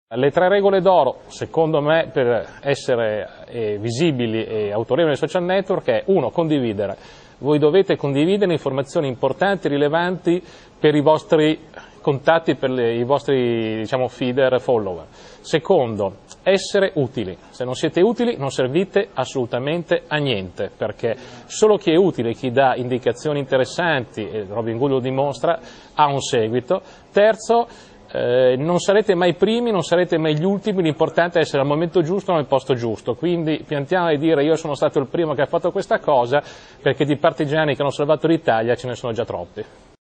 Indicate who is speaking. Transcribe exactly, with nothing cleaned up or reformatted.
Speaker 1: Le tre regole d'oro, secondo me, per essere eh, visibili e autorevoli nei social network è uno, condividere. Voi dovete condividere informazioni importanti, rilevanti per i vostri contatti, per le, i vostri diciamo, feeder, follower. Secondo, essere utili. Se non siete utili non servite assolutamente a niente, perché solo chi è utile, chi dà indicazioni interessanti, e Robin Hood lo dimostra, ha un seguito. Terzo, Eh, non sarete mai primi, non sarete mai gli ultimi, l'importante è essere al momento giusto, nel posto giusto, quindi piantiamo di dire io sono stato il primo che ha fatto questa cosa, perché di partigiani che hanno salvato l'Italia ce ne sono già troppi.